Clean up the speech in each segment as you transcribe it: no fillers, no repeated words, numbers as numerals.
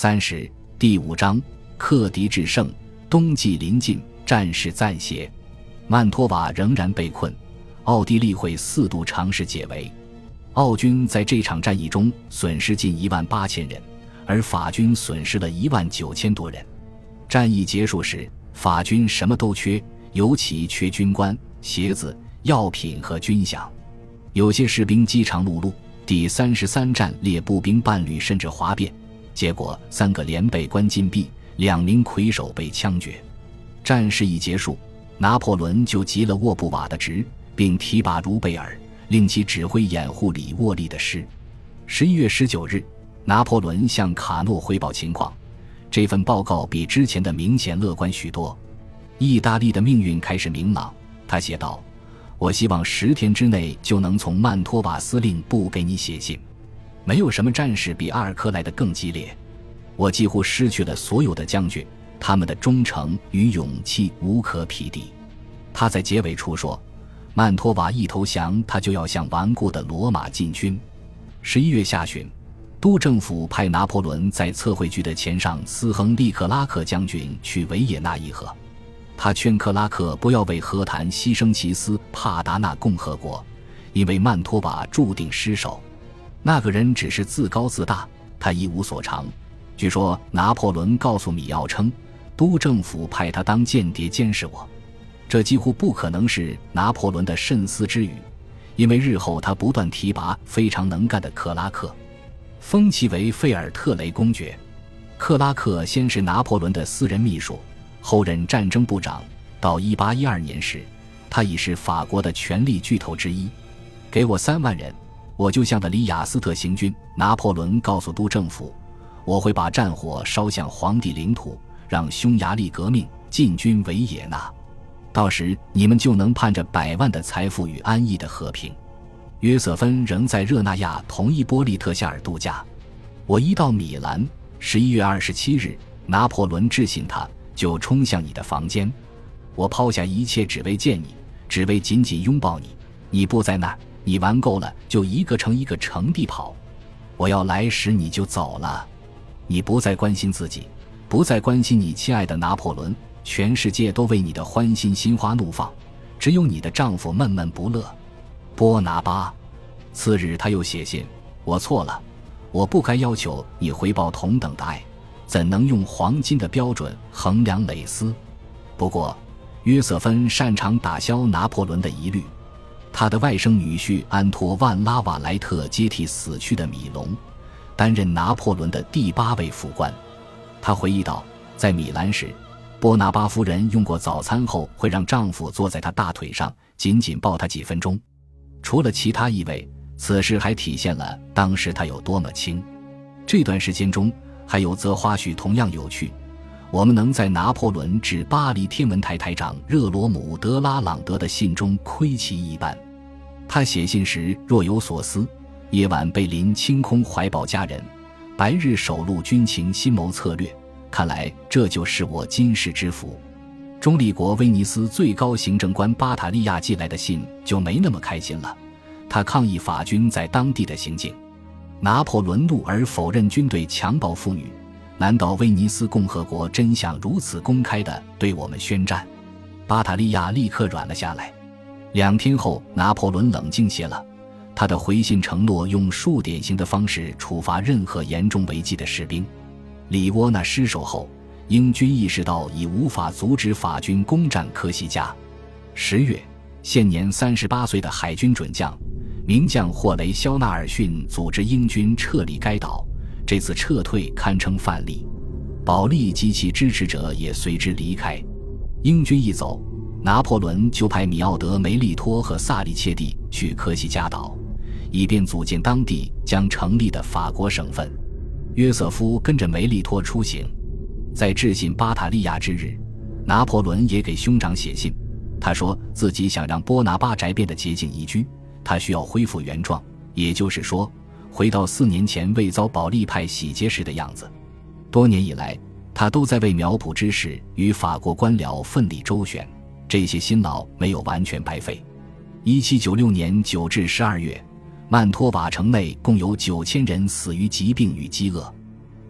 30第5章克敌制胜，冬季临近，战事暂歇。曼托瓦仍然被困，奥地利会4度尝试解围。奥军在这场战役中损失近18000人，而法军损失了19000多人。战役结束时，法军什么都缺，尤其缺军官、鞋子、药品和军饷。有些士兵饥肠辘辘，第33战列步兵伴侣甚至哗变，结果3个连被关禁闭，2名魁首被枪决。战事一结束，拿破仑就急了沃布瓦的职，并提拔茹贝尔，令其指挥掩护里沃利的师。11月19日，拿破仑向卡诺汇报情况，这份报告比之前的明显乐观许多。意大利的命运开始明朗，他写道：我希望10天之内就能从曼托瓦司令部给你写信。没有什么战事比阿尔科来得更激烈，我几乎失去了所有的将军，他们的忠诚与勇气无可匹敌。他在结尾处说，曼托瓦一投降，他就要向顽固的罗马进军。11月下旬，督政府派拿破仑在测绘局的前上司亨利克拉克将军去维也纳议和。他劝克拉克不要为和谈牺牲其斯帕达纳共和国，因为曼托瓦注定失守。那个人只是自高自大，他一无所长。据说拿破仑告诉米奥称，督政府派他当间谍监视我。这几乎不可能是拿破仑的慎思之语，因为日后他不断提拔非常能干的克拉克，封其为费尔特雷公爵。克拉克先是拿破仑的私人秘书，后任战争部长，到1812年时，他已是法国的权力巨头之一。给我3万人，我就向德里雅斯特行军。拿破仑告诉督政府，我会把战火烧向皇帝领土，让匈牙利革命进军维也纳，到时你们就能盼着100万的财富与安逸的和平。约瑟芬仍在热那亚同一波利特夏尔度假。我一到米兰，11月27日，拿破仑致信他，就冲向你的房间。我抛下一切，只为见你，只为紧紧拥抱你。你不在那儿，你玩够了就一个城一个城地跑。我要来时你就走了。你不再关心自己，不再关心你亲爱的拿破仑，全世界都为你的欢欣心花怒放，只有你的丈夫闷闷不乐。波拿巴。次日他又写信，我错了，我不该要求你回报同等的爱，怎能用黄金的标准衡量蕾丝？不过约瑟芬擅长打消拿破仑的疑虑，他的外甥女婿安托万拉瓦莱特接替死去的米隆，担任拿破仑的第8位副官。他回忆道，在米兰时，波拿巴夫人用过早餐后会让丈夫坐在她大腿上，紧紧抱她几分钟。除了其他意味，此事还体现了当时她有多么轻。这段时间中还有则花絮同样有趣，我们能在拿破仑致巴黎天文台台长热罗姆·德拉朗德的信中窥其一斑。他写信时若有所思，夜晚被临清空怀抱家人，白日守路军情心谋策略，看来这就是我今世之福。中立国威尼斯最高行政官巴塔利亚寄来的信就没那么开心了，他抗议法军在当地的行径。拿破仑怒而否认军队强暴妇女，难道威尼斯共和国真想如此公开地对我们宣战？巴塔利亚立刻软了下来。2天后，拿破仑冷静些了，他的回信承诺用数典型的方式处罚任何严重违纪的士兵。里沃纳失守后，英军意识到已无法阻止法军攻占科西嘉。10月，现年38岁的海军准将名将霍雷肖纳尔逊组织英军撤离该岛，这次撤退堪称范例。保利及其支持者也随之离开。英军一走，拿破仑就派米奥德梅利托和萨利切蒂去科西嘉岛，以便组建当地将成立的法国省份。约瑟夫跟着梅利托出行。在致信巴塔利亚之日，拿破仑也给兄长写信，他说自己想让波拿巴宅变的捷径移居，他需要恢复原状，也就是说回到4年前未遭保利派洗劫时的样子。多年以来，他都在为苗圃之事与法国官僚奋力周旋，这些辛劳没有完全白费。1796年9至12月，曼托瓦城内共有9000人死于疾病与饥饿。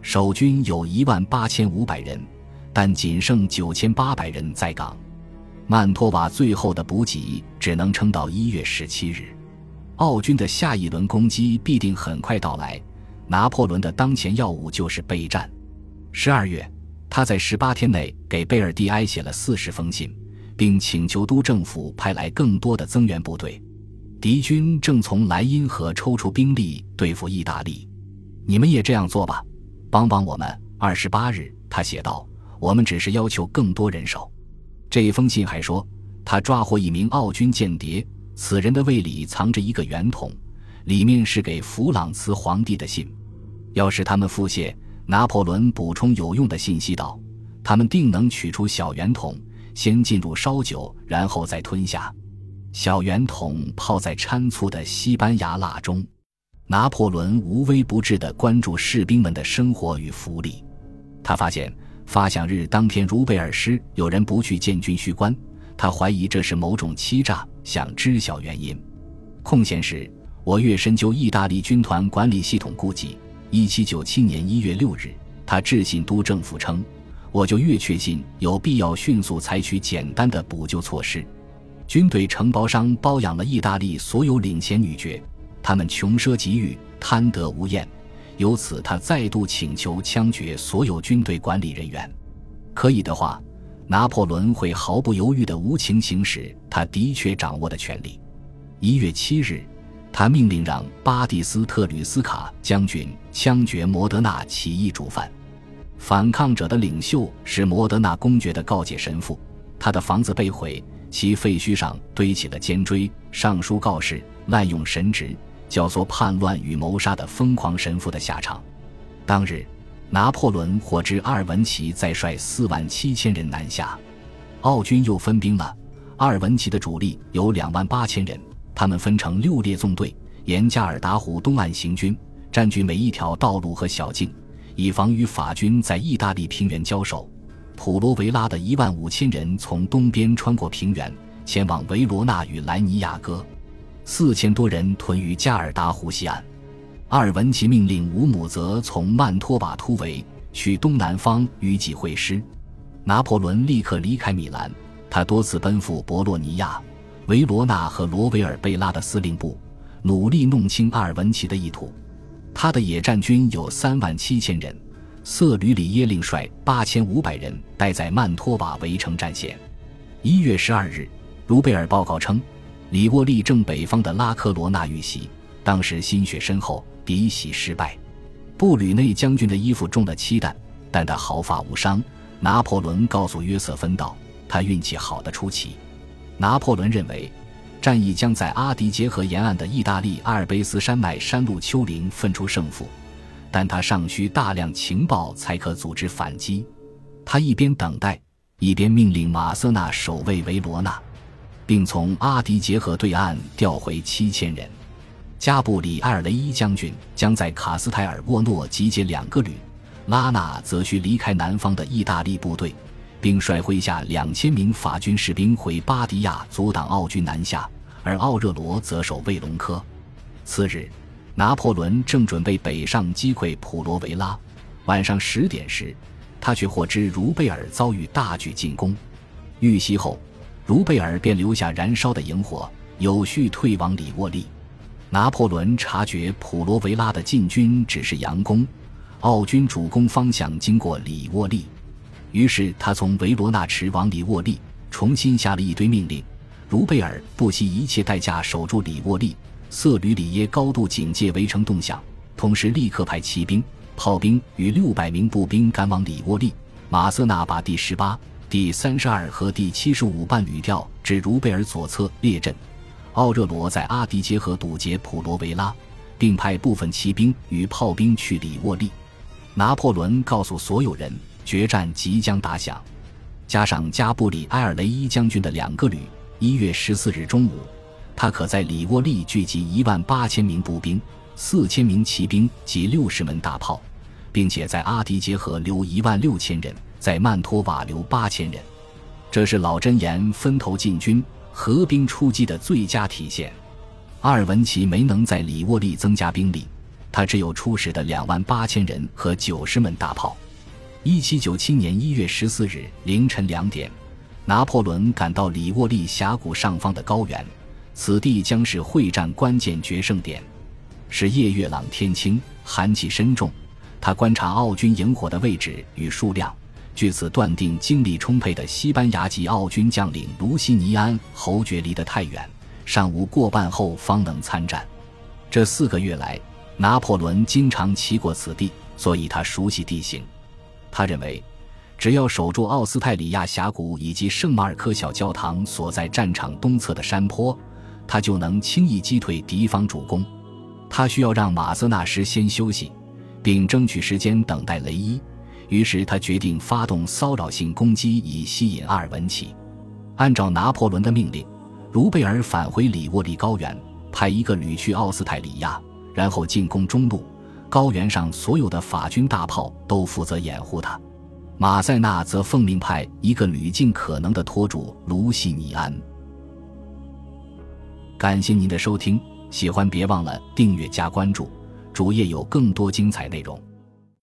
守军有18500人，但仅剩9800人在岗。曼托瓦最后的补给只能撑到1月17日。奥军的下一轮攻击必定很快到来，拿破仑的当前要务就是备战。12月，他在18天内给贝尔蒂埃写了40封信，并请求督政府派来更多的增援部队。敌军正从莱茵河抽出兵力对付意大利，你们也这样做吧，帮帮我们。28日，他写道，我们只是要求更多人手。这封信还说，他抓获一名奥军间谍，此人的胃里藏着一个圆筒，里面是给弗朗茨皇帝的信。要是他们腹泻，拿破仑补充有用的信息道，他们定能取出小圆筒，先进入烧酒，然后再吞下。小圆筒泡在掺醋的西班牙蜡中。拿破仑无微不至地关注士兵们的生活与福利。他发现发饷日当天茹贝尔师有人不去见军需官，他怀疑这是某种欺诈，想知晓原因。空闲时，我越深究意大利军团管理系统估计。1797年1月6日，他致信督政府称，我就越确信有必要迅速采取简单的补救措施。军队承包商包养了意大利所有领衔女爵，他们穷奢极欲，贪得无厌，由此他再度请求枪决所有军队管理人员。可以的话，拿破仑会毫不犹豫地无情行使他的确掌握的权利。1月7日，他命令让巴蒂斯特吕斯卡将军枪决摩德纳起义主犯。反抗者的领袖是摩德纳公爵的告解神父，他的房子被毁，其废墟上堆起了尖锥，上书告示滥用神职，教唆叛乱与谋杀的疯狂神父的下场。当日，拿破仑获知阿尔文齐再率47000人南下。奥军又分兵了，阿尔文齐的主力有28000人，他们分成6列纵队，沿加尔达湖东岸行军，占据每一条道路和小径，以防与法军在意大利平原交手。普罗维拉的15000人从东边穿过平原，前往维罗纳与莱尼亚哥，4000多人屯于加尔达湖西岸。阿尔文齐命令乌姆泽从曼托瓦突围，去东南方与己会师。拿破仑立刻离开米兰，他多次奔赴博洛尼亚、维罗纳和罗维尔贝拉的司令部，努力弄清阿尔文齐的意图。他的野战军有37000人，瑟吕里耶令率8500人待在曼托瓦围城战线。1月12日，茹贝尔报告称，里沃利正北方的拉科罗纳遇袭，当时心血深厚，抵袭失败。布吕内将军的衣服中了7弹，但他毫发无伤。拿破仑告诉约瑟芬道，他运气好得出奇。拿破仑认为，战役将在阿迪杰河沿岸的意大利阿尔卑斯山脉山路丘陵分出胜负，但他尚需大量情报才可组织反击。他一边等待，一边命令马瑟纳守卫维罗纳，并从阿迪杰河对岸调回7000人。加布里埃尔雷伊将军将在卡斯泰尔沃诺集结2个旅，拉纳则需离开南方的意大利部队，并率麾下2000名法军士兵回巴迪亚阻挡奥军南下，而奥热罗则守卫隆科。次日，拿破仑正准备北上击溃普罗维拉，晚上10点时，他却获知茹贝尔遭遇大举进攻。遇袭后，茹贝尔便留下燃烧的营火，有序退往里沃利。拿破仑察觉普罗维拉的进军只是佯攻，奥军主攻方向经过里沃利，于是他从维罗纳驰往里沃利，重新下了一堆命令。茹贝尔不惜一切代价守住里沃利，瑟吕里耶高度警戒围城动向，同时立刻派骑兵、炮兵与600名步兵赶往里沃利。马瑟纳把第18、第32和第75伴旅调至茹贝尔左侧列阵。奥热罗在阿迪杰河堵截普罗维拉，并派部分骑兵与炮兵去里沃利。拿破仑告诉所有人，决战即将打响。加上加布里埃尔雷伊将军的2个旅，1月14日中午，他可在里沃利聚集18000名步兵、4000名骑兵及60门大炮，并且在阿迪杰河留16000人，在曼托瓦留8000人。这是老箴言分头进军、合兵出击的最佳体现。阿尔文齐没能在里沃利增加兵力， 他只有初始的28000人和90门大炮。1797年1月14日凌晨2点，拿破仑赶到里沃利峡谷上方的高原，此地将是会战关键决胜点。是夜月朗天清，寒气深重，他观察奥军营火的位置与数量，据此断定精力充沛的西班牙籍奥军将领卢西尼安侯爵离得太远，尚无过半后方能参战。这4个月来，拿破仑经常骑过此地，所以他熟悉地形。他认为只要守住奥斯泰里亚峡谷以及圣马尔科小教堂所在战场东侧的山坡，他就能轻易击退敌方主攻。他需要让马瑟纳什先休息，并争取时间等待雷伊，于是他决定发动骚扰性攻击以吸引阿尔文奇。按照拿破仑的命令，卢贝尔返回里沃利高原，派一个旅去奥斯泰里亚，然后进攻中路。高原上所有的法军大炮都负责掩护他。马塞纳则奉命派一个旅尽可能地拖住卢西尼安。感谢您的收听，喜欢别忘了订阅加关注，主页有更多精彩内容。